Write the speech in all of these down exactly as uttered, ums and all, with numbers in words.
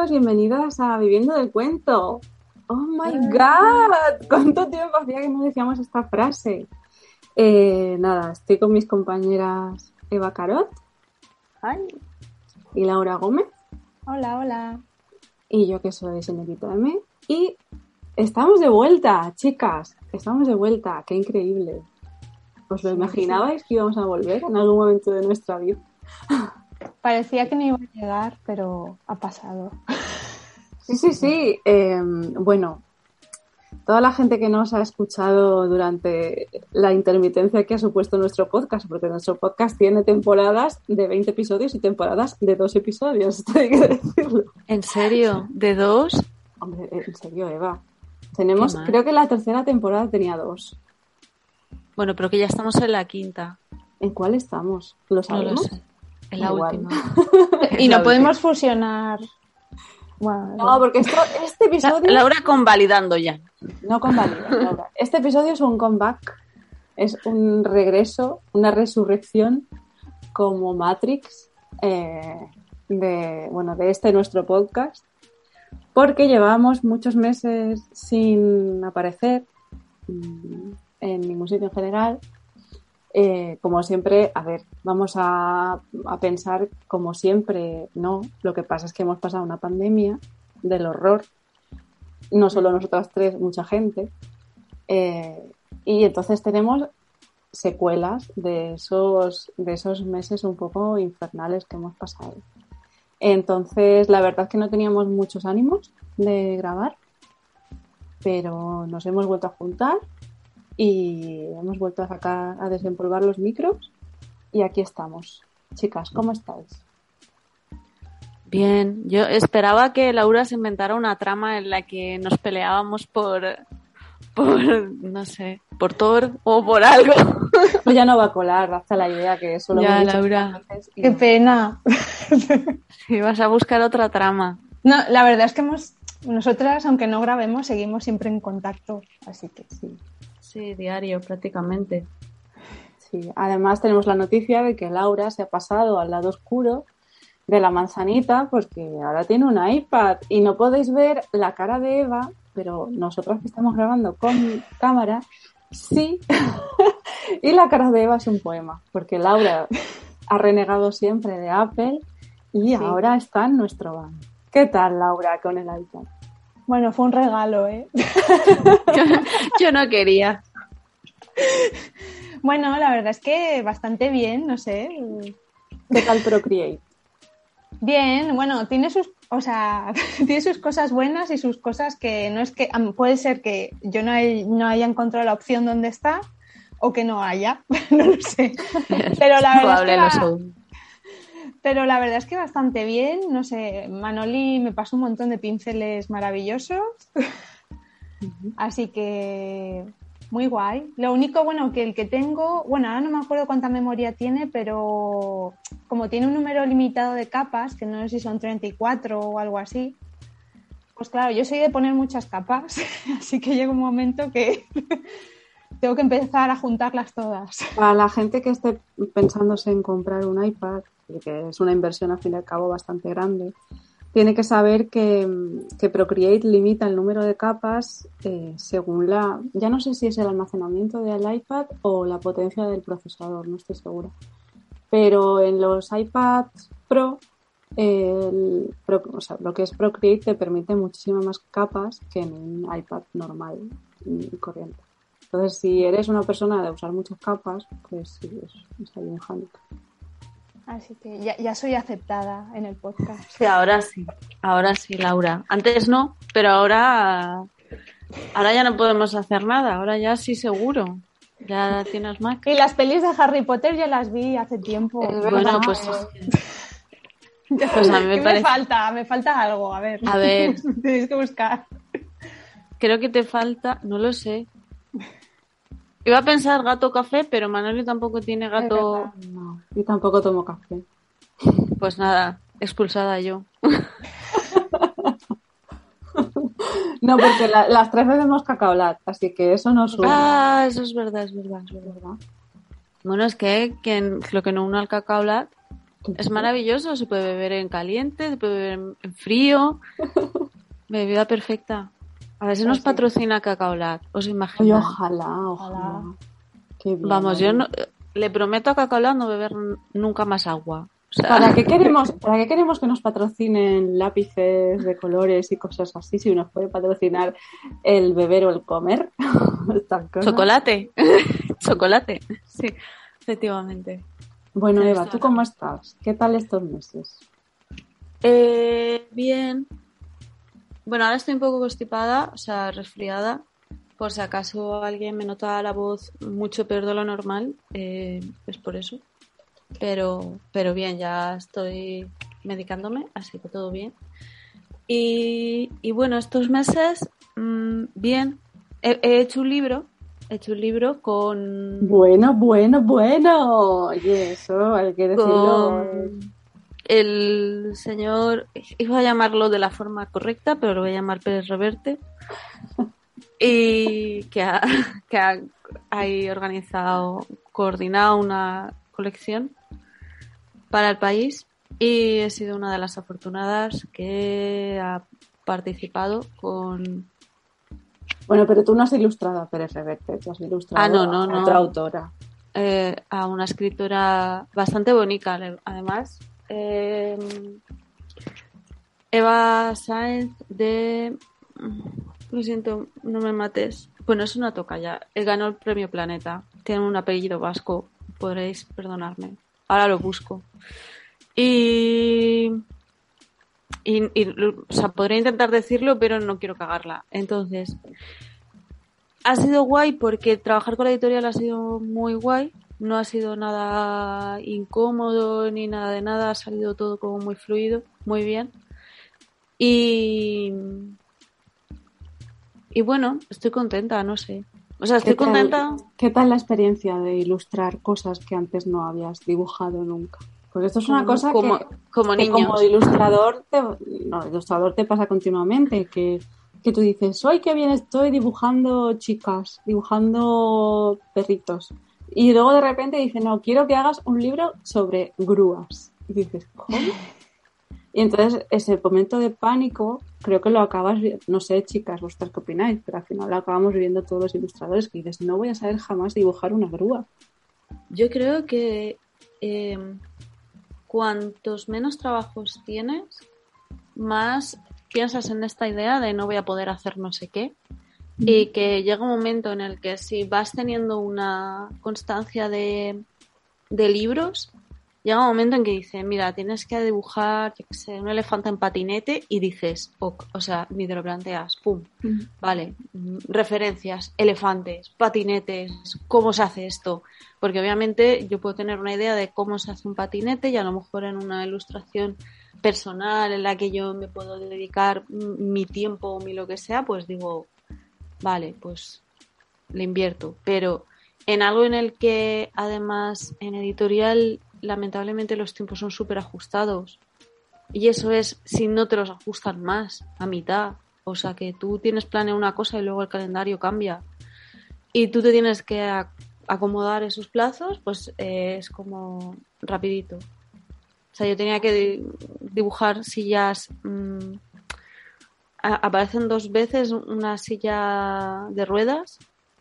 bienvenidos, bienvenidas a Viviendo del Cuento. ¡Oh, my God! ¿Cuánto tiempo hacía que no decíamos esta frase? Eh, nada, estoy con mis compañeras Eva Carot. Ay. Y Laura Gómez. Hola, hola. Y yo que soy Señorita M. Y estamos de vuelta, chicas. Estamos de vuelta. ¡Qué increíble! ¿Os lo sí, imaginabais sí. que íbamos a volver en algún momento de nuestra vida? Parecía que no iba a llegar, pero ha pasado. Sí, sí, sí. Eh, bueno, toda la gente que nos ha escuchado durante la intermitencia que ha supuesto nuestro podcast, porque nuestro podcast tiene temporadas de veinte episodios y temporadas de dos episodios, esto hay que decirlo. ¿En serio? ¿De dos? Hombre, en serio, Eva. Tenemos, creo que la tercera temporada tenía dos. Bueno, pero que ya estamos en la quinta. ¿En cuál estamos? ¿Lo sabemos? No lo sé. En la Igual. última. Y no podemos fusionar. Bueno, no, porque esto, este episodio... Laura convalidando ya. No convalida, Laura. Este episodio es un comeback. Es un regreso, una resurrección como Matrix eh, de, bueno, de este nuestro podcast. Porque llevamos muchos meses sin aparecer en ningún sitio en general. Eh, como siempre, a ver, vamos a, a pensar como siempre, no, lo que pasa es que hemos pasado una pandemia del horror, no solo nosotras tres, mucha gente, eh, y entonces tenemos secuelas de esos, de esos meses un poco infernales que hemos pasado. Entonces, la verdad es que no teníamos muchos ánimos de grabar, pero nos hemos vuelto a juntar y hemos vuelto a sacar, a desempolvar los micros y aquí estamos. Chicas, ¿cómo estáis? Bien, yo esperaba que Laura se inventara una trama en la que nos peleábamos por, por no sé, por Thor o por algo. Pues ya no va a colar, hasta la idea que eso lo ya, hemos dicho Laura. Qué no. Pena. Sí, vas a buscar otra trama. No, la verdad es que hemos, nosotras, aunque no grabemos, seguimos siempre en contacto, así que sí. Sí, diario prácticamente. Sí, además tenemos la noticia de que Laura se ha pasado al lado oscuro de la manzanita porque ahora tiene un iPad y no podéis ver la cara de Eva, pero nosotros que estamos grabando con cámara, sí. Y la cara de Eva es un poema, porque Laura ha renegado siempre de Apple y sí. Ahora está en nuestro van. ¿Qué tal, Laura, con el iPad? Bueno, fue un regalo, ¿eh? yo, yo no quería. Bueno, la verdad es que bastante bien, no sé. ¿Qué tal Procreate? Bien, bueno, tiene sus, o sea, tiene sus cosas buenas y sus cosas que no es que puede ser que yo no, hay, no haya encontrado la opción donde está o que no haya, no lo sé. Pero la verdad es que va, pero la verdad es que bastante bien, no sé, Manoli me pasó un montón de pinceles maravillosos, uh-huh. Así que muy guay. Lo único, bueno, que el que tengo, bueno, ahora no me acuerdo cuánta memoria tiene, pero como tiene un número limitado de capas, que no sé si son treinta y cuatro o algo así, pues claro, yo soy de poner muchas capas, así que llega un momento que tengo que empezar a juntarlas todas. Para la gente que esté pensándose en comprar un iPad, que es una inversión al fin y al cabo bastante grande, tiene que saber que, que Procreate limita el número de capas eh, según la... Ya no sé si es el almacenamiento del iPad o la potencia del procesador, no estoy segura. Pero en los iPads Pro, el, o sea, lo que es Procreate te permite muchísimas más capas que en un iPad normal y corriente. Entonces, si eres una persona de usar muchas capas, pues sí, es, es ahí un handicap. Así que ya, ya soy aceptada en el podcast. Sí, ahora sí. Ahora sí, Laura. Antes no, pero ahora ahora ya no podemos hacer nada. Ahora ya sí seguro. Ya tienes Mac. Y las pelis de Harry Potter ya las vi hace tiempo. Bueno, pues es que... Pues a mí me, ¿Qué parece... me falta? Me falta algo, a ver. A ver. Tenéis que buscar. Creo que te falta, no lo sé. Iba a pensar gato café, pero Manoli tampoco tiene gato. No, y tampoco tomo café. Pues nada, expulsada yo. No, porque la, las tres bebemos cacaolat, así que eso no sube. Ah, eso es verdad, es verdad, es verdad. Bueno, es que, que lo que no une al cacaolat Es maravilloso, se puede beber en caliente, se puede beber en, en frío. Bebida perfecta. A ver si nos patrocina Cacaolat, ¿os imagináis? Oye, ojalá, ojalá. Qué bien, Vamos, oye. yo no, le prometo a Cacaolat no beber nunca más agua. O sea, ¿Para qué queremos, ¿para qué queremos que nos patrocinen lápices de colores y cosas así si nos puede patrocinar el beber o el comer? Estas cosas. Chocolate. Chocolate. Sí, efectivamente. Bueno, Tienes Eva, toda ¿tú la cómo razón. estás? ¿Qué tal estos meses? Eh, bien. Bueno, ahora estoy un poco constipada, o sea, resfriada. Por si acaso alguien me nota la voz mucho peor de lo normal, eh, es por eso. Pero, pero bien, ya estoy medicándome, así que todo bien. Y, y bueno, estos meses, mmm, bien. He, he hecho un libro, he hecho un libro con... Bueno, bueno, bueno. Oye, eso hay que decirlo. con el señor, iba a llamarlo de la forma correcta, pero lo voy a llamar Pérez Reverte, y que ha, que ha ahí organizado, coordinado una colección para el país, y he sido una de las afortunadas que ha participado con... Bueno, pero tú no has ilustrado a Pérez Reverte, tú has ilustrado Ah, no, no, a no. otra autora. Eh, a una escritora bastante bonita, además. Eh, Eva Sáenz de... Lo siento, no me mates. Bueno, es una tocaya. Él ganó el premio Planeta. Tiene un apellido vasco. Podréis perdonarme. Ahora lo busco. Y... Y, y, o sea, podría intentar decirlo, pero no quiero cagarla. Entonces, ha sido guay porque trabajar con la editorial ha sido muy guay. No ha sido nada incómodo ni nada de nada. Ha salido todo como muy fluido, muy bien. Y... Y bueno, estoy contenta, no sé. O sea, estoy ¿Qué tal, contenta. ¿Qué tal la experiencia de ilustrar cosas que antes no habías dibujado nunca? Porque esto es una Como- cosa como- que, como que niños. como ilustrador te, no, ilustrador te pasa continuamente, que, que tú dices, hoy qué bien estoy dibujando chicas, dibujando perritos. Y luego de repente dices, no, quiero que hagas un libro sobre grúas. Y dices, ¿cómo? Y entonces ese momento de pánico creo que lo acabas, vi- no sé, chicas, vosotras qué opináis, pero al final lo acabamos viviendo todos los ilustradores, que dices, no voy a saber jamás dibujar una grúa. Yo creo que eh, cuantos menos trabajos tienes, más piensas en esta idea de no voy a poder hacer no sé qué. Y que llega un momento en el que si vas teniendo una constancia de, de libros, llega un momento en que dice, mira, tienes que dibujar, yo qué sé, un elefante en patinete, y dices, ok, o sea, ni te lo planteas, pum, Mm. vale, mm, referencias, elefantes, patinetes, ¿cómo se hace esto? Porque obviamente yo puedo tener una idea de cómo se hace un patinete y a lo mejor en una ilustración personal en la que yo me puedo dedicar mm, mi tiempo o mi lo que sea, pues digo, vale, pues le invierto. Pero en algo en el que además en editorial lamentablemente los tiempos son súper ajustados, y eso es si no te los ajustan más a mitad, o sea que tú tienes planeado una cosa y luego el calendario cambia y tú te tienes que a- acomodar esos plazos, pues eh, es como rapidito. O sea, yo tenía que di- dibujar sillas. mmm, a- aparecen dos veces una silla de ruedas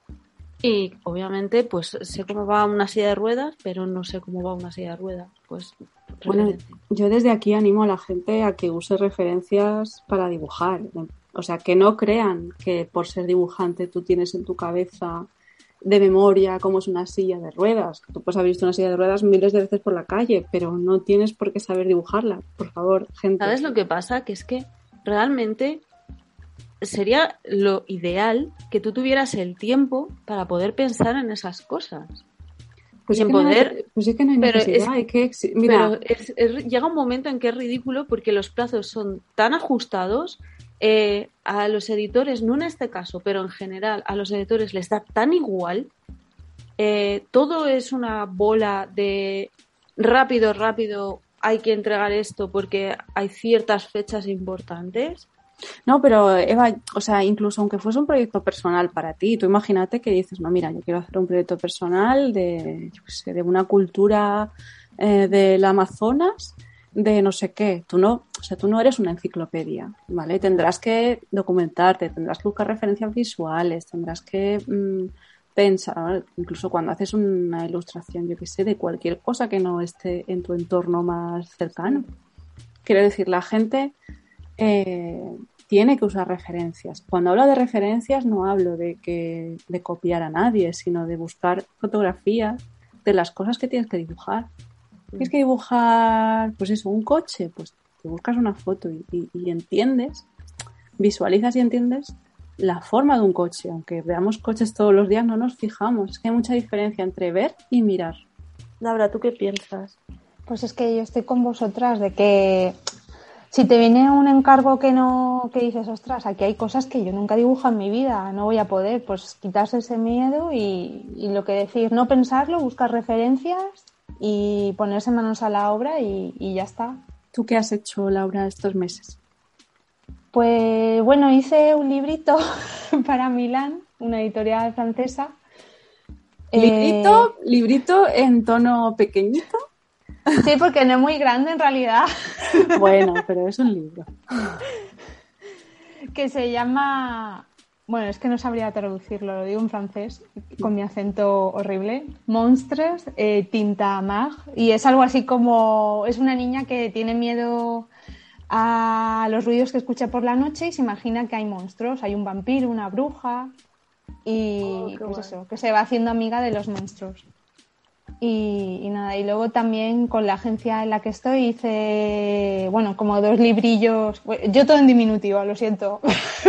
y obviamente pues sé cómo va una silla de ruedas, pero no sé cómo va una silla de ruedas. Pues Bueno, referencia. yo desde aquí animo a la gente a que use referencias para dibujar. O sea, que no crean que por ser dibujante tú tienes en tu cabeza de memoria cómo es una silla de ruedas. Tú puedes haber visto una silla de ruedas miles de veces por la calle, pero no tienes por qué saber dibujarla. Por favor, gente. ¿Sabes lo que pasa? Que es que realmente sería lo ideal que tú tuvieras el tiempo para poder pensar en esas cosas. Pues y es en que no hay- poder... pues es que no hay pero necesidad. es- hay que exi- Mira, Pero es- es- llega un momento en que es ridículo porque los plazos son tan ajustados, eh, a los editores, no en este caso, pero en general, a los editores les da tan igual, eh, todo es una bola de rápido, rápido, hay que entregar esto porque hay ciertas fechas importantes. no, pero Eva, o sea, incluso aunque fuese un proyecto personal para ti, tú imagínate que dices, no, mira, yo quiero hacer un proyecto personal de, yo qué sé, de una cultura eh, del Amazonas, de no sé qué. Tú no, o sea, tú no eres una enciclopedia, ¿vale? Tendrás que documentarte, tendrás que buscar referencias visuales, tendrás que mmm, pensar, ¿no? Incluso cuando haces una ilustración, yo qué sé, de cualquier cosa que no esté en tu entorno más cercano. Quiero decir, la gente eh, tiene que usar referencias. Cuando hablo de referencias no hablo de que de copiar a nadie, sino de buscar fotografías de las cosas que tienes que dibujar. Tienes que dibujar, pues eso, un coche, pues te buscas una foto y, y, y entiendes, visualizas y entiendes la forma de un coche. Aunque veamos coches todos los días, no nos fijamos. Es que hay mucha diferencia entre ver y mirar. Laura, ¿tú qué piensas? Pues es que yo estoy con vosotras de que si te viene un encargo que no, que dices, ostras, aquí hay cosas que yo nunca dibujo en mi vida, no voy a poder, pues quitarse ese miedo y, y lo que decir, no pensarlo, buscar referencias y ponerse manos a la obra y, y ya está. ¿Tú qué has hecho, Laura, estos meses? Pues bueno, hice un librito para Milán, una editorial francesa. ¿Librito? Eh... ¿Librito en tono pequeñito? Sí, porque no es muy grande en realidad. Bueno, pero es un libro. Que se llama... Bueno, es que no sabría traducirlo, lo digo en francés, con mi acento horrible. Monstres, eh, Tinta Mag. Y es algo así como... Es una niña que tiene miedo a los ruidos que escucha por la noche y se imagina que hay monstruos. Hay un vampiro, una bruja y Oh, pues guay. eso, que se va haciendo amiga de los monstruos. Y, y nada, y luego también con la agencia en la que estoy hice, bueno, como dos librillos, yo todo en diminutivo, lo siento,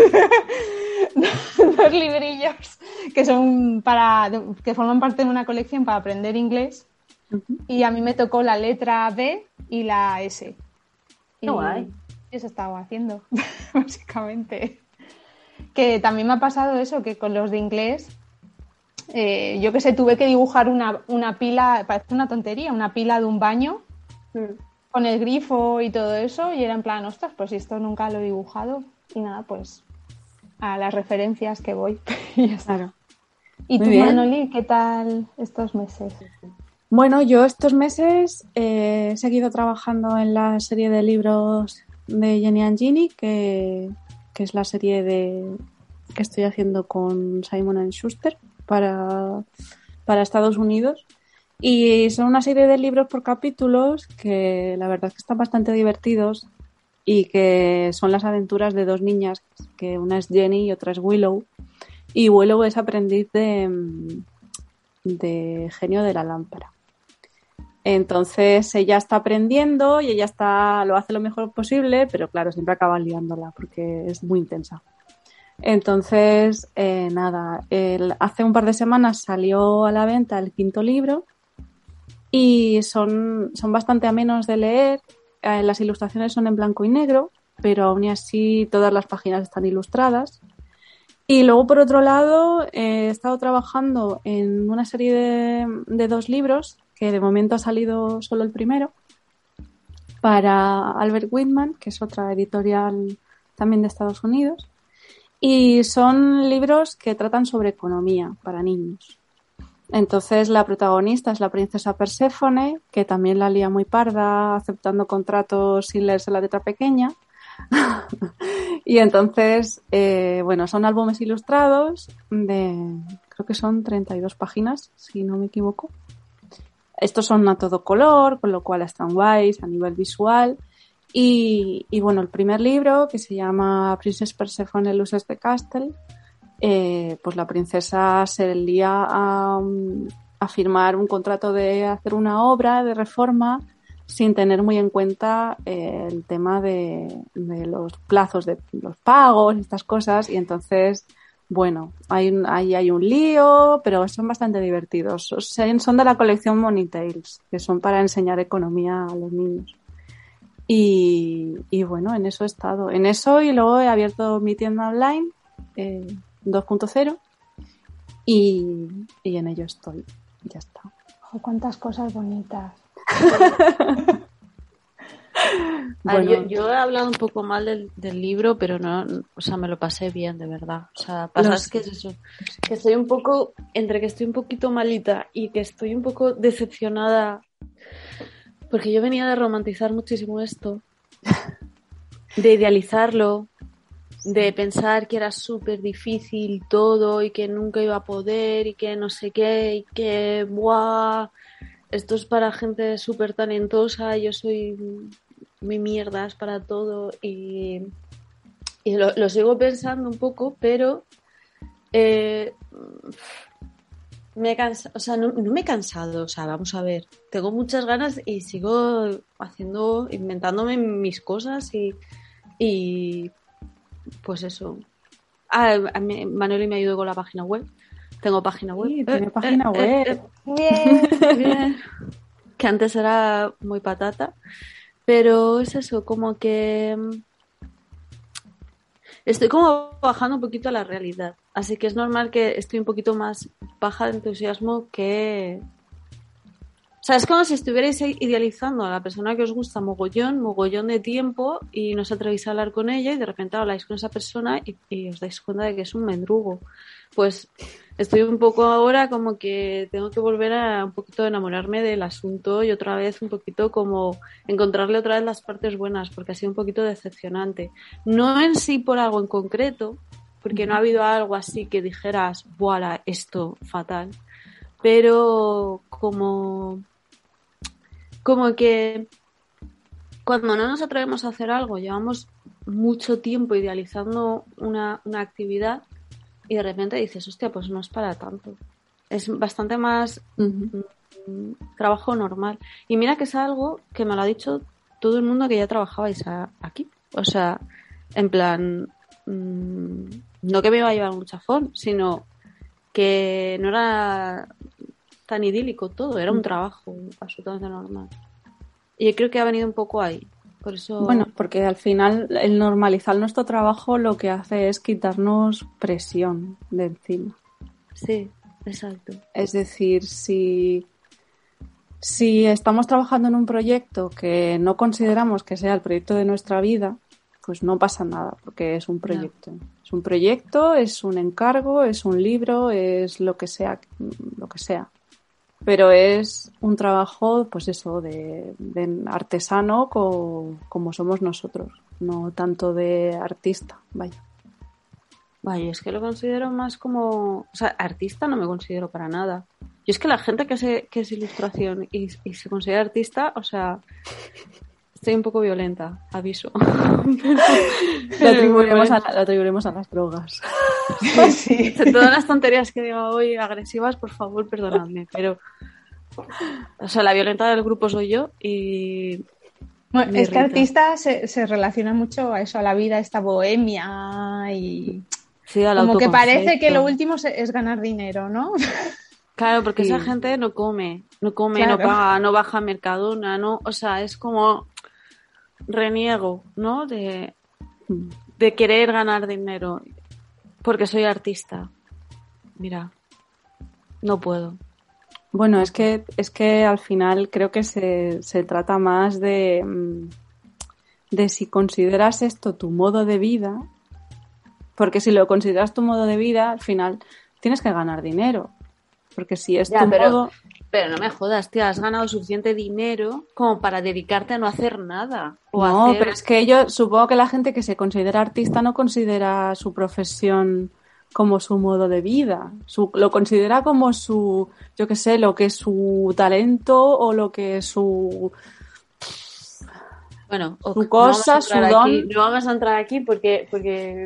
dos librillos que son para, que forman parte de una colección para aprender inglés. Uh-huh. Y a mí me tocó la letra B y la S. Qué guay. Y eso estaba haciendo, básicamente. Que también me ha pasado eso, que con los de inglés... Eh, yo que sé, tuve que dibujar una, una pila, parece una tontería, una pila de un baño mm. con el grifo y todo eso, y era en plan, ostras, pues esto nunca lo he dibujado. Y nada, pues a las referencias que voy. Y ya está. Claro. ¿Y Muy tú, bien. Manoli, qué tal estos meses? Bueno, yo estos meses eh, he seguido trabajando en la serie de libros de Jenny and Ginny, que, que es la serie de, que estoy haciendo con Simon and Schuster. Para, para Estados Unidos, y son una serie de libros por capítulos que la verdad es que están bastante divertidos y que son las aventuras de dos niñas, que una es Jenny y otra es Willow, y Willow es aprendiz de, de genio de la lámpara. Entonces ella está aprendiendo y ella está lo hace lo mejor posible, pero claro, siempre acaban liándola porque es muy intensa. Entonces, eh, nada, el, hace un par de semanas salió a la venta el quinto libro y son, son bastante amenos de leer. Eh, las ilustraciones son en blanco y negro, pero aún así todas las páginas están ilustradas. Y luego, por otro lado, eh, he estado trabajando en una serie de, de dos libros, que de momento ha salido solo el primero, para Albert Whitman, que es otra editorial también de Estados Unidos. Y son libros que tratan sobre economía para niños. Entonces la protagonista es la princesa Perséfone, que también la lía muy parda, aceptando contratos sin leerse la letra pequeña. Y entonces, eh, bueno, son álbumes ilustrados de, creo que son treinta y dos páginas, si no me equivoco. Estos son a todo color, con lo cual están guays a nivel visual. Y, y bueno, el primer libro, que se llama Princess Persephone Loses the Castle, eh, pues la princesa se lía a, a firmar un contrato de hacer una obra de reforma sin tener muy en cuenta eh, el tema de, de los plazos de los pagos y estas cosas. Y entonces, bueno, hay un, ahí hay un lío, pero son bastante divertidos. Son de la colección Money Tales, que son para enseñar economía a los niños. Y, y bueno, en eso he estado. En eso y luego he abierto mi tienda online eh, dos punto cero y, y en ello estoy. Ya está. Oh, cuántas cosas bonitas. A ver, bueno. yo, yo he hablado un poco mal del, del libro, pero no, o sea, me lo pasé bien, de verdad. O sea, pasa es que es eso, que estoy un poco, entre que estoy un poquito malita y que estoy un poco decepcionada Porque yo venía de romantizar muchísimo esto, de idealizarlo, de pensar que era súper difícil todo y que nunca iba a poder y que no sé qué y que ¡buah! Esto es para gente súper talentosa, yo soy mi mierda, es para todo y, y lo, lo sigo pensando un poco, pero eh, me he cansado, o sea, no, no me he cansado, o sea, vamos a ver, tengo muchas ganas y sigo haciendo, inventándome mis cosas y, y pues eso. Ah, a mí, Manuel me ayudó con la página web. Tengo página web. Sí, tiene eh, página eh, web. Eh, eh, bien, bien. Que antes era muy patata. Pero es eso, como que estoy como bajando un poquito a la realidad. Así que es normal que estoy un poquito más baja de entusiasmo que... O sea, es como si estuvierais idealizando a la persona que os gusta mogollón, mogollón de tiempo y no os atrevéis a hablar con ella y de repente habláis con esa persona y, y os dais cuenta de que es un mendrugo. Pues estoy un poco ahora como que tengo que volver a un poquito enamorarme del asunto y otra vez un poquito como encontrarle otra vez las partes buenas porque ha sido un poquito decepcionante. No en sí por algo en concreto, porque no ha habido algo así que dijeras, ¡buala, esto fatal! Pero como... Como que cuando no nos atrevemos a hacer algo, llevamos mucho tiempo idealizando una, una actividad y de repente dices, hostia, pues no es para tanto. Es bastante más uh-huh. m- trabajo normal. Y mira que es algo que me lo ha dicho todo el mundo que ya trabajabais a, aquí. O sea, en plan, mmm, no que me iba a llevar un chafón, sino que no era... tan idílico todo, era un trabajo absolutamente normal. Y yo creo que ha venido un poco ahí. Por eso... Bueno, porque al final el normalizar nuestro trabajo lo que hace es quitarnos presión de encima. Sí, exacto. Es decir, si, si estamos trabajando en un proyecto que no consideramos que sea el proyecto de nuestra vida, pues no pasa nada, porque es un proyecto. No. Es un proyecto, es un encargo, es un libro, es lo que sea, lo que sea. Pero es un trabajo, pues eso, de, de artesano co, como somos nosotros, no tanto de artista, vaya. Vaya, es que lo considero más como... O sea, artista no me considero para nada. Yo es que la gente que, se, que es ilustración y, y se considera artista, o sea, estoy un poco violenta, aviso. Pero, lo, atribuiremos a, lo atribuiremos a las drogas. Sí, sí. De todas las tonterías que diga hoy agresivas, por favor, perdonadme, pero o sea, la violenta del grupo soy yo y bueno, es que artista se, se relaciona mucho a eso, a la vida, esta bohemia y sí, como que parece que lo último es ganar dinero, ¿no? Claro, porque sí. Esa gente no come, no come, claro. no paga, no baja a Mercadona, no, o sea, es como reniego, ¿no? De, de querer ganar dinero. Porque soy artista. Mira, no puedo. Bueno, es que es que al final creo que se, se trata más de, de si consideras esto tu modo de vida, porque si lo consideras tu modo de vida, al final tienes que ganar dinero. Porque si es ya, tu pero, modo... Pero no me jodas, tía, has ganado suficiente dinero como para dedicarte a no hacer nada. O no, hacer... pero es que yo supongo que la gente que se considera artista no considera su profesión como su modo de vida. Su, lo considera como su, yo qué sé, lo que es su talento o lo que es su... Bueno, su okay, cosa, no su don. Aquí, no vamos a entrar aquí porque... porque...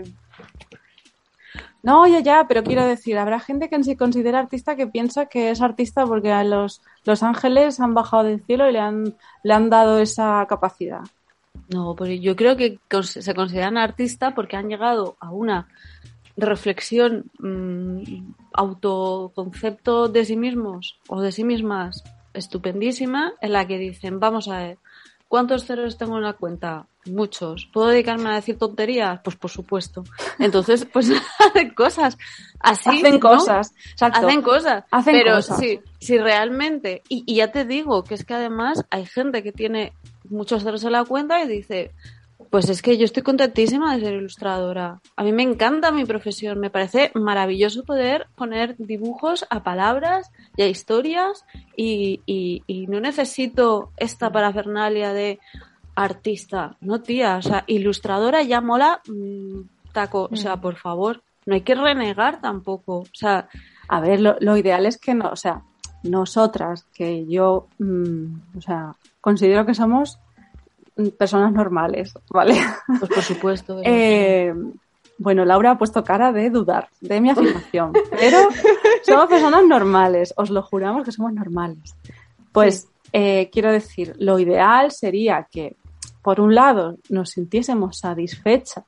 No, ya, ya, pero quiero decir, habrá gente que se considera artista que piensa que es artista porque a los, los ángeles han bajado del cielo y le han, le han dado esa capacidad. No, pues yo creo que se consideran artista porque han llegado a una reflexión, mmm, autoconcepto de sí mismos o de sí mismas estupendísima, en la que dicen, vamos a ver, ¿cuántos ceros tengo en la cuenta? Muchos. ¿Puedo dedicarme a decir tonterías? Pues por supuesto. Entonces, pues hacen cosas. Así, hacen ¿no? cosas. Exacto. Hacen cosas. Hacen Pero cosas. Si, si realmente, y, y ya te digo que es que además hay gente que tiene muchos ceros en la cuenta y dice, Pues es que yo estoy contentísima de ser ilustradora. A mí me encanta mi profesión, me parece maravilloso poder poner dibujos a palabras y a historias y, y, y no necesito esta parafernalia de artista, no tía, o sea, ilustradora ya mola mmm, taco, o sea, por favor, no hay que renegar tampoco, o sea... A ver, lo, lo ideal es que no, o sea, nosotras, que yo, mmm, o sea, considero que somos personas normales, ¿vale? Pues por supuesto. eh, bueno, Laura ha puesto cara de dudar de mi afirmación, pero somos personas normales, os lo juramos que somos normales. Pues sí. eh, quiero decir, lo ideal sería que, por un lado, nos sintiésemos satisfechas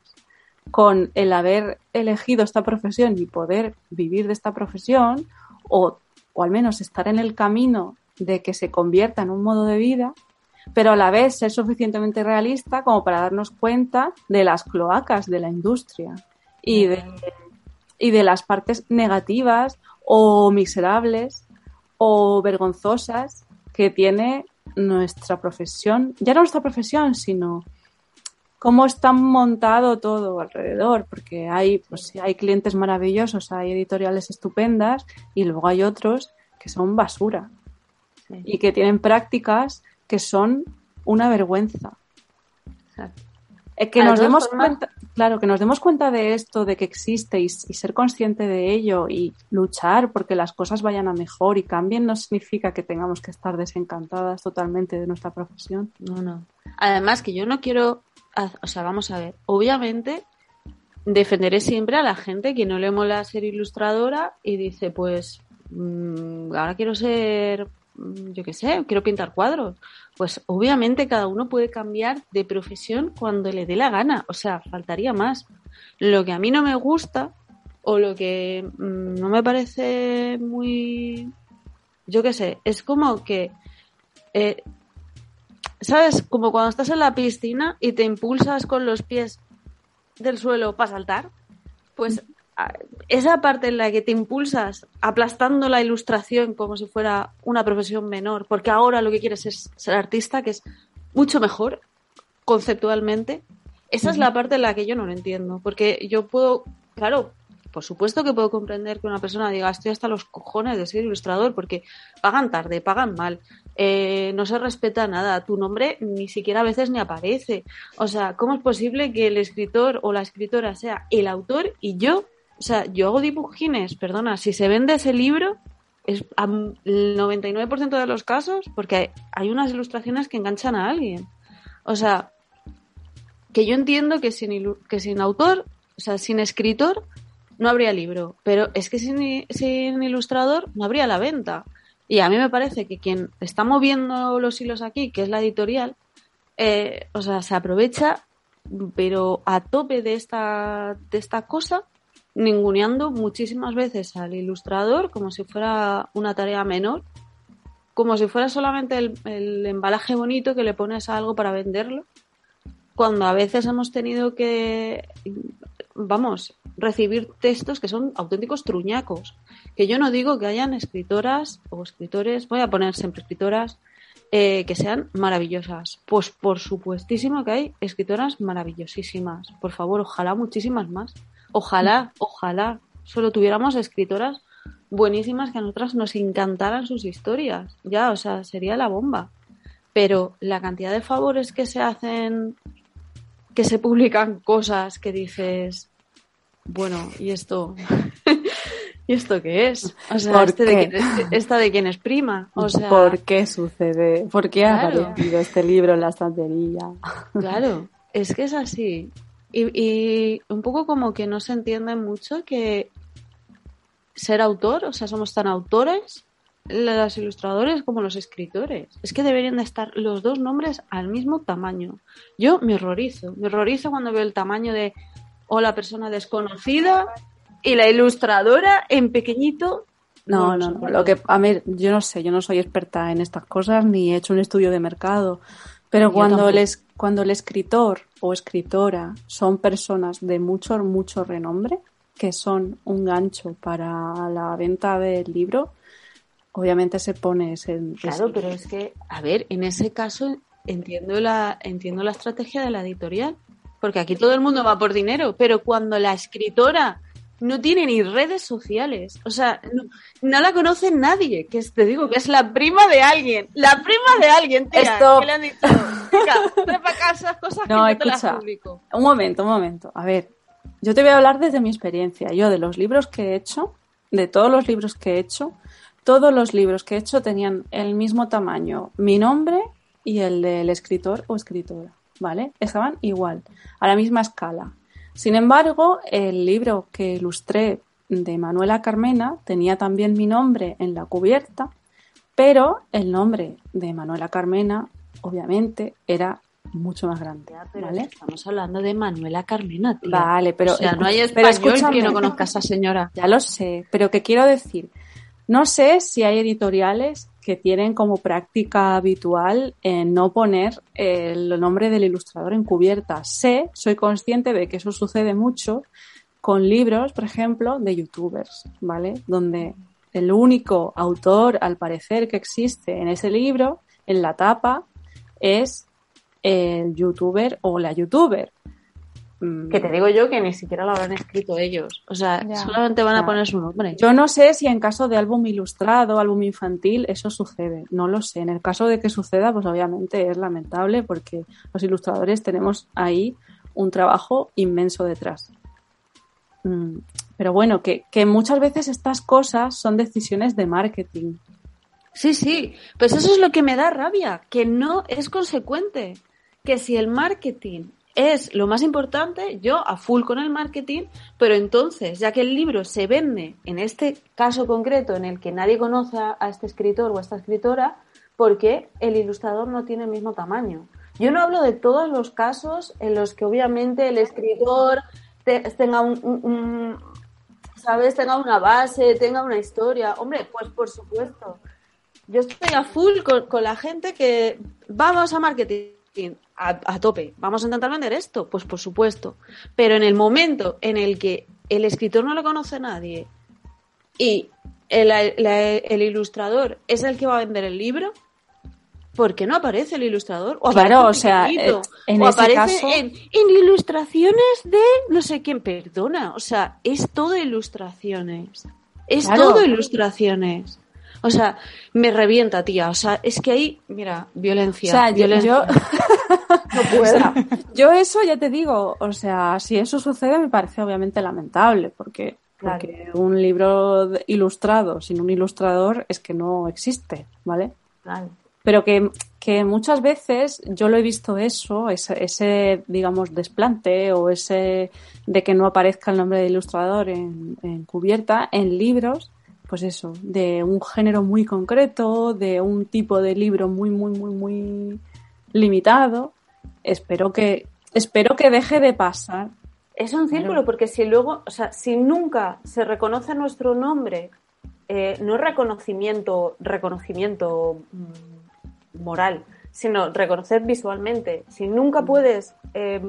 con el haber elegido esta profesión y poder vivir de esta profesión, o, o al menos estar en el camino de que se convierta en un modo de vida, pero a la vez ser suficientemente realista como para darnos cuenta de las cloacas de la industria y de, y de las partes negativas o miserables o vergonzosas que tiene nuestra profesión, ya no nuestra profesión, sino cómo está montado todo alrededor, porque hay, pues, hay clientes maravillosos, hay editoriales estupendas y luego hay otros que son basura sí. y que tienen prácticas que son una vergüenza. Exacto. Eh, que nos demos formas... cuenta, claro, que nos demos cuenta de esto, de que existe y, y ser consciente de ello y luchar porque las cosas vayan a mejor y cambien no significa que tengamos que estar desencantadas totalmente de nuestra profesión. No, no. Además que yo no quiero, o sea, vamos a ver, obviamente defenderé siempre a la gente que no le mola ser ilustradora y dice, pues, mmm, ahora quiero ser... yo qué sé, quiero pintar cuadros. Pues obviamente cada uno puede cambiar de profesión cuando le dé la gana, o sea, faltaría más. Lo que a mí no me gusta o lo que mmm, no me parece muy, yo qué sé, es como que, eh, ¿sabes? Como cuando estás en la piscina y te impulsas con los pies del suelo para saltar, pues esa parte en la que te impulsas aplastando la ilustración como si fuera una profesión menor, porque ahora lo que quieres es ser artista, que es mucho mejor conceptualmente, esa uh-huh. es la parte en la que yo no lo entiendo, porque yo puedo, claro, por supuesto que puedo comprender que una persona diga estoy hasta los cojones de ser ilustrador, porque pagan tarde, pagan mal, eh, no se respeta nada, tu nombre ni siquiera a veces ni aparece, o sea, ¿cómo es posible que el escritor o la escritora sea el autor y yo O sea, yo hago dibujines, perdona, si se vende ese libro, es el noventa y nueve por ciento de los casos, porque hay unas ilustraciones que enganchan a alguien. O sea, que yo entiendo que sin, ilu- que sin autor, o sea, sin escritor, no habría libro, pero es que sin, sin ilustrador no habría la venta. Y a mí me parece que quien está moviendo los hilos aquí, que es la editorial, eh, o sea, se aprovecha, pero a tope de esta, de esta cosa, ninguneando muchísimas veces al ilustrador como si fuera una tarea menor, como si fuera solamente el, el embalaje bonito que le pones a algo para venderlo, cuando a veces hemos tenido que, vamos, recibir textos que son auténticos truñacos, que yo no digo que hayan escritoras o escritores, voy a poner siempre escritoras, eh, que sean maravillosas, pues por supuestísimo que hay escritoras maravillosísimas, por favor, ojalá muchísimas más. Ojalá, ojalá solo tuviéramos escritoras buenísimas que a nosotras nos encantaran sus historias. Ya, o sea, sería la bomba. Pero la cantidad de favores que se hacen, que se publican cosas que dices, bueno, ¿y esto? ¿Y esto qué es? O sea, este de quién es, ¿esta de quién es prima? O sea, ¿por qué sucede? ¿Por qué ha claro. aparecido este libro en la estantería? Claro, es que es así. Y, y un poco como que no se entiende mucho que ser autor, o sea, somos tan autores, los ilustradores como los escritores. Es que deberían de estar los dos nombres al mismo tamaño. Yo me horrorizo, me horrorizo cuando veo el tamaño de o la persona desconocida y la ilustradora en pequeñito. No, no, no. Lo que, a ver, yo no sé, yo no soy experta en estas cosas ni he hecho un estudio de mercado. Pero cuando el, es, cuando el escritor o escritora son personas de mucho, mucho renombre, que son un gancho para la venta del libro, obviamente se pone ese... Claro, ese... pero es que, a ver, en ese caso entiendo la, entiendo la estrategia de la editorial, porque aquí todo el mundo va por dinero, pero cuando la escritora no tiene ni redes sociales, o sea, no, no la conoce nadie, que es, te digo que es la prima de alguien, la prima de alguien, tía, Esto... que le han dicho, tía, trae para acá esas cosas no, que escucha, no te las publico. Un momento, un momento, a ver, yo te voy a hablar desde mi experiencia, yo de los libros que he hecho, de todos los libros que he hecho, todos los libros que he hecho tenían el mismo tamaño, mi nombre y el del escritor o escritora, ¿vale? Estaban igual, a la misma escala. Sin embargo, el libro que ilustré de Manuela Carmena tenía también mi nombre en la cubierta, pero el nombre de Manuela Carmena, obviamente, era mucho más grande, Ya, pero ¿vale? estamos hablando de Manuela Carmena, tía. Vale, pero... O sea, no hay pero español escúchame. que no conozca a esa señora. Ya lo sé, pero que quiero decir, no sé si hay editoriales que tienen como práctica habitual en no poner el nombre del ilustrador en cubierta. Sé, soy consciente de que eso sucede mucho con libros, por ejemplo, de youtubers, ¿vale? Donde el único autor, al parecer, que existe en ese libro, en la tapa, es el youtuber o la youtuber. Que te digo yo que ni siquiera lo habrán escrito ellos. O sea, Ya. solamente van a Ya. poner su nombre. Yo no sé si en caso de álbum ilustrado, álbum infantil, eso sucede. No lo sé. En el caso de que suceda, pues obviamente es lamentable porque los ilustradores tenemos ahí un trabajo inmenso detrás. Mm, Pero bueno, que, que muchas veces estas cosas son decisiones de marketing. Sí, sí, pues eso es lo que me da rabia, que no es consecuente. Que si el marketing es lo más importante, yo a full con el marketing, pero entonces, ya que el libro se vende, en este caso concreto en el que nadie conoce a, a este escritor o a esta escritora, ¿por qué el ilustrador no tiene el mismo tamaño? Yo no hablo de todos los casos en los que obviamente el escritor te, tenga un, un, un, ¿sabes? Tenga una base, tenga una historia. Hombre, pues por supuesto. Yo estoy a full con, con la gente que vamos a marketing. A, a tope, vamos a intentar vender esto, pues por supuesto, pero en el momento en el que el escritor no lo conoce nadie y el, la, el ilustrador es el que va a vender el libro, ¿por qué no aparece el ilustrador? O Claro, aparece o sea, pequeñito, en o ese aparece caso... en, en ilustraciones de no sé quién, perdona, o sea, es todo ilustraciones, es Claro. todo ilustraciones. O sea, me revienta, tía. O sea, es que ahí, mira, violencia. O sea, yo, violencia. yo... No puedo. O sea, yo eso ya te digo, o sea, si eso sucede me parece obviamente lamentable, porque, Claro. porque un libro de- ilustrado sin un ilustrador es que no existe, ¿vale? Claro. Pero que, que muchas veces yo lo he visto eso, ese, ese, digamos, desplante o ese de que no aparezca el nombre del ilustrador en, en cubierta, en libros, pues eso, de un género muy concreto, de un tipo de libro muy, muy, muy, muy limitado. Espero que, espero que deje de pasar. Es un círculo, Claro. porque si luego, o sea, si nunca se reconoce nuestro nombre, eh, no es reconocimiento, reconocimiento mm, moral, sino reconocer visualmente. Si nunca puedes eh,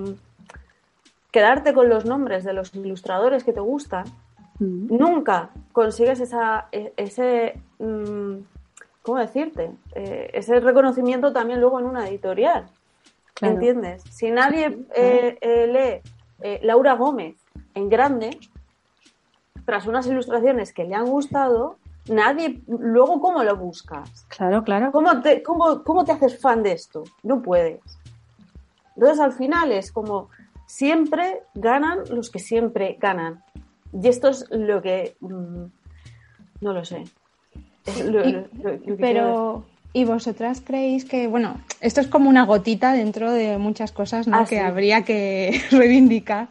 quedarte con los nombres de los ilustradores que te gustan, Mm. nunca consigues esa, e- ese, mm, ¿cómo decirte? Eh, ese reconocimiento también luego en una editorial. Claro. ¿Entiendes? Si nadie eh, eh, lee eh, Laura Gómez en grande, tras unas ilustraciones que le han gustado, nadie, luego ¿cómo lo buscas? Claro, claro. ¿Cómo te, cómo, cómo te haces fan de esto? No puedes. Entonces al final es como siempre ganan los que siempre ganan. Y esto es lo que mmm, no lo sé. Es lo, Y- lo- lo- lo que quiero Pero, ¿y vosotras creéis que, bueno, esto es como una gotita dentro de muchas cosas, ¿no? Ah, que sí. habría que reivindicar?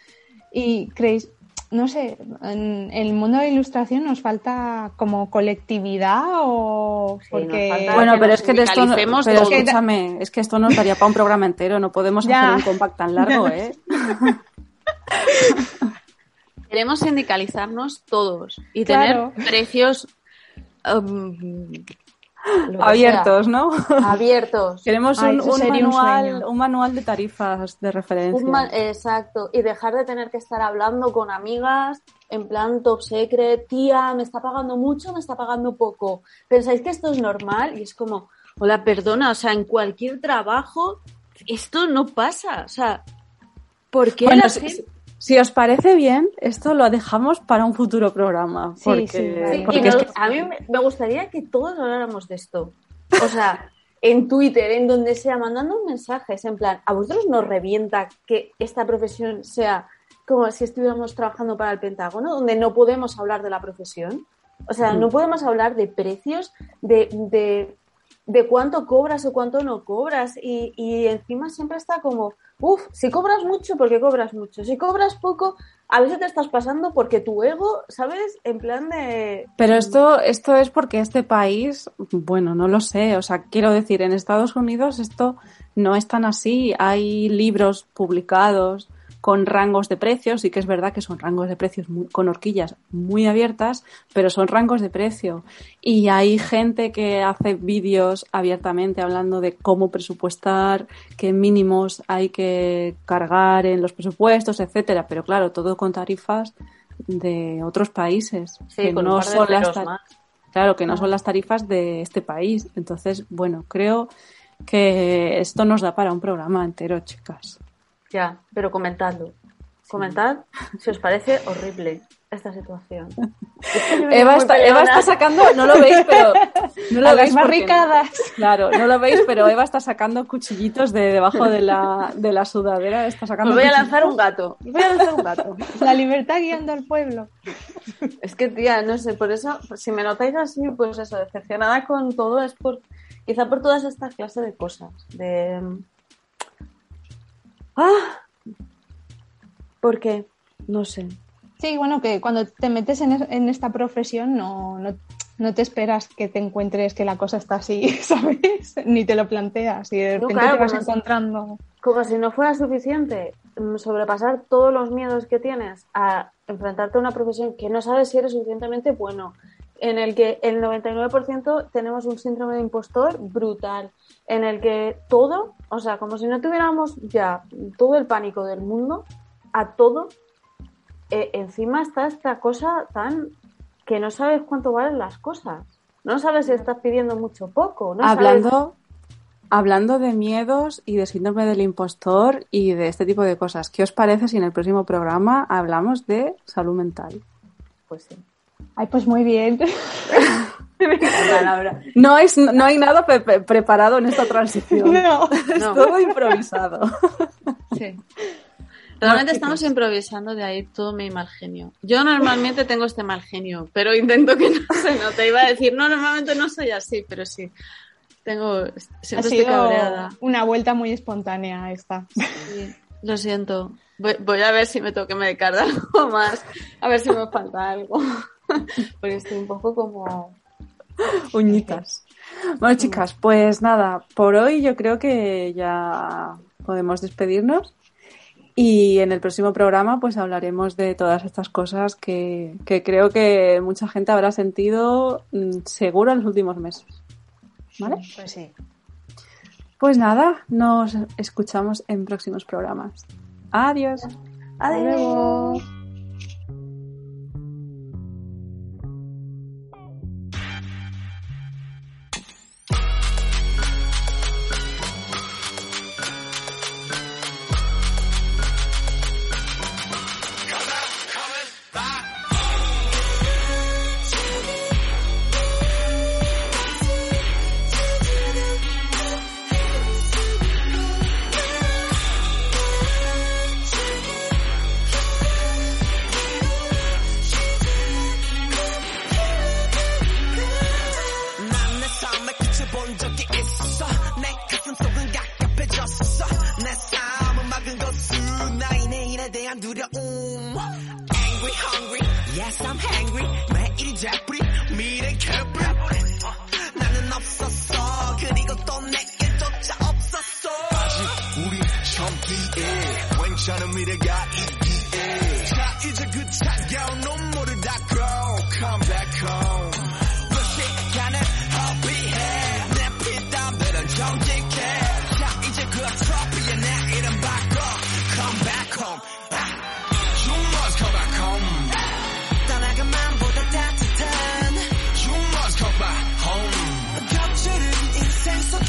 Y creéis, no sé, en el mundo de la ilustración nos falta como colectividad o Sí, porque... nos falta- Bueno, que pero nos es que de esto no, sindicalicemos pero todos. escúchame, es que esto nos daría para un programa entero, no podemos Ya. hacer un compact tan largo, ¿eh? Queremos sindicalizarnos todos y Claro. tener precios um, lo que Abiertos, ¿no? sea, abiertos. Queremos Ah, un, eso un sería un manual, sueño. un manual de tarifas de referencia. Un ma- exacto. Y dejar de tener que estar hablando con amigas en plan top secret, tía, me está pagando mucho, me está pagando poco. ¿Pensáis que esto es normal? Y es como, Hola, perdona, o sea, en cualquier trabajo esto no pasa, o sea, ¿por qué bueno, la si, gente... si os parece bien, esto lo dejamos para un futuro programa. Porque, sí, sí, Sí, porque y es no- que- a mí me- me gustaría que todos habláramos de esto. O sea, en Twitter, en donde sea, mandando mensajes, en plan, ¿a vosotros nos revienta que esta profesión sea como si estuviéramos trabajando para el Pentágono, donde no podemos hablar de la profesión? O sea, no podemos hablar de precios, de, de, de cuánto cobras o cuánto no cobras, y, y encima siempre está como, uff, si cobras mucho, porque cobras mucho, si cobras poco, a veces te estás pasando porque tu ego, ¿sabes? En plan de... Pero esto, esto es porque este país, bueno, no lo sé, o sea, quiero decir, en Estados Unidos esto no es tan así. Hay libros publicados con rangos de precios, y que es verdad que son rangos de precios muy, con horquillas muy abiertas, pero son rangos de precio. Y hay gente que hace vídeos abiertamente hablando de cómo presupuestar, qué mínimos hay que cargar en los presupuestos, etcétera. Pero claro, todo con tarifas de otros países, Sí, que con un no par de son las ceros tar- más. claro, que no Ah. son las tarifas de este país. Entonces, bueno, creo que esto nos da para un programa entero, chicas. Ya, pero comentadlo. Comentad si os parece horrible esta situación. Es que me veo Eva muy está, peleona. Eva está sacando, no lo veis, pero no lo A veis las porque- barricadas. Claro, no lo veis, pero Eva está sacando cuchillitos de debajo de la, de la sudadera. Está sacando Os voy a cuchillitos. lanzar un gato. Os voy a lanzar un gato. La libertad guiando al pueblo. Es que, tía, no sé, por eso, si me notáis así, pues eso, decepcionada con todo, es por, quizá por todas estas clases de cosas. De... Ah, ¿por qué? No sé. Sí, bueno, que cuando te metes en, es- en esta profesión no, no, no te esperas que te encuentres que la cosa está así, ¿sabes? Ni te lo planteas y de No, repente claro, te vas como si- encontrando... Como si no fuera suficiente mm, sobrepasar todos los miedos que tienes a enfrentarte a una profesión que no sabes si eres suficientemente bueno, en el que el noventa y nueve por ciento tenemos un síndrome de impostor brutal, en el que todo, o sea, como si no tuviéramos ya todo el pánico del mundo a todo, eh, encima está esta cosa tan que no sabes cuánto valen las cosas, no sabes si estás pidiendo mucho o poco, no sabes... Hablando, hablando de miedos y de síndrome del impostor y de este tipo de cosas, ¿qué os parece si en el próximo programa hablamos de salud mental? Pues sí. Ay, pues muy bien. Me encanta, Laura. No, es, no hay nada pre- pre- preparado en esta transición. No. Es No. todo improvisado. Sí. Realmente chicos. estamos improvisando, de ahí todo mi mal genio. Yo normalmente tengo este mal genio, pero intento que no se note. Iba a decir, no, normalmente no soy así, pero sí. Tengo, Ha siempre estoy sido cabreada. una vuelta muy espontánea esta. Sí, lo siento. Voy, voy a ver si me tengo que medicar de algo más. A ver si me falta algo. Porque estoy un poco como... Uñitas. Bueno, chicas, pues nada, por hoy yo creo que ya podemos despedirnos. Y en el próximo programa pues hablaremos de todas estas cosas que, que creo que mucha gente habrá sentido mm, seguro en los últimos meses. ¿Vale? Pues sí. Pues nada, nos escuchamos en próximos programas. Adiós. Adiós. 난 내 삶의 끝을 본 적이 있어 내 가슴 속은 갑갑해졌어 내 삶은 막은 것은 나의 내일에 대한 두려움 Angry, hungry, yes I'm hungry 매일이 재뿌리 미래 개뿌리 나는 없었어 그리고 또 내게조차 없었어 아직 우리 젊기에 괜찮은 미래가 있기에 자 이제 그 차가운 눈물을 닦고 Come back home 시간을 허비해 내 피땀들은 정직해 자 이제 그 트로피에 내 이름 바꿔 Come back home You must come back home 떠나간 맘보다 따뜻한 You must come back home 겹치는 인생 속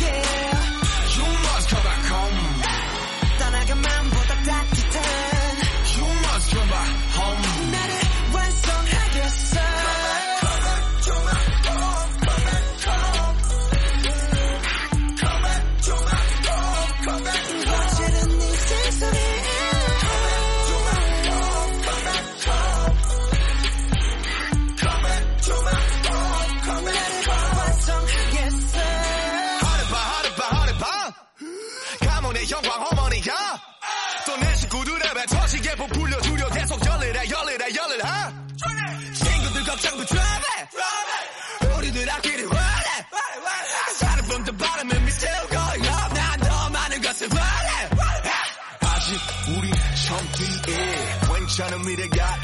Started from the bottom and we still going up. 난 더 많은 것을 원해. 아직 우리 처음 뒤에 괜찮은 미래가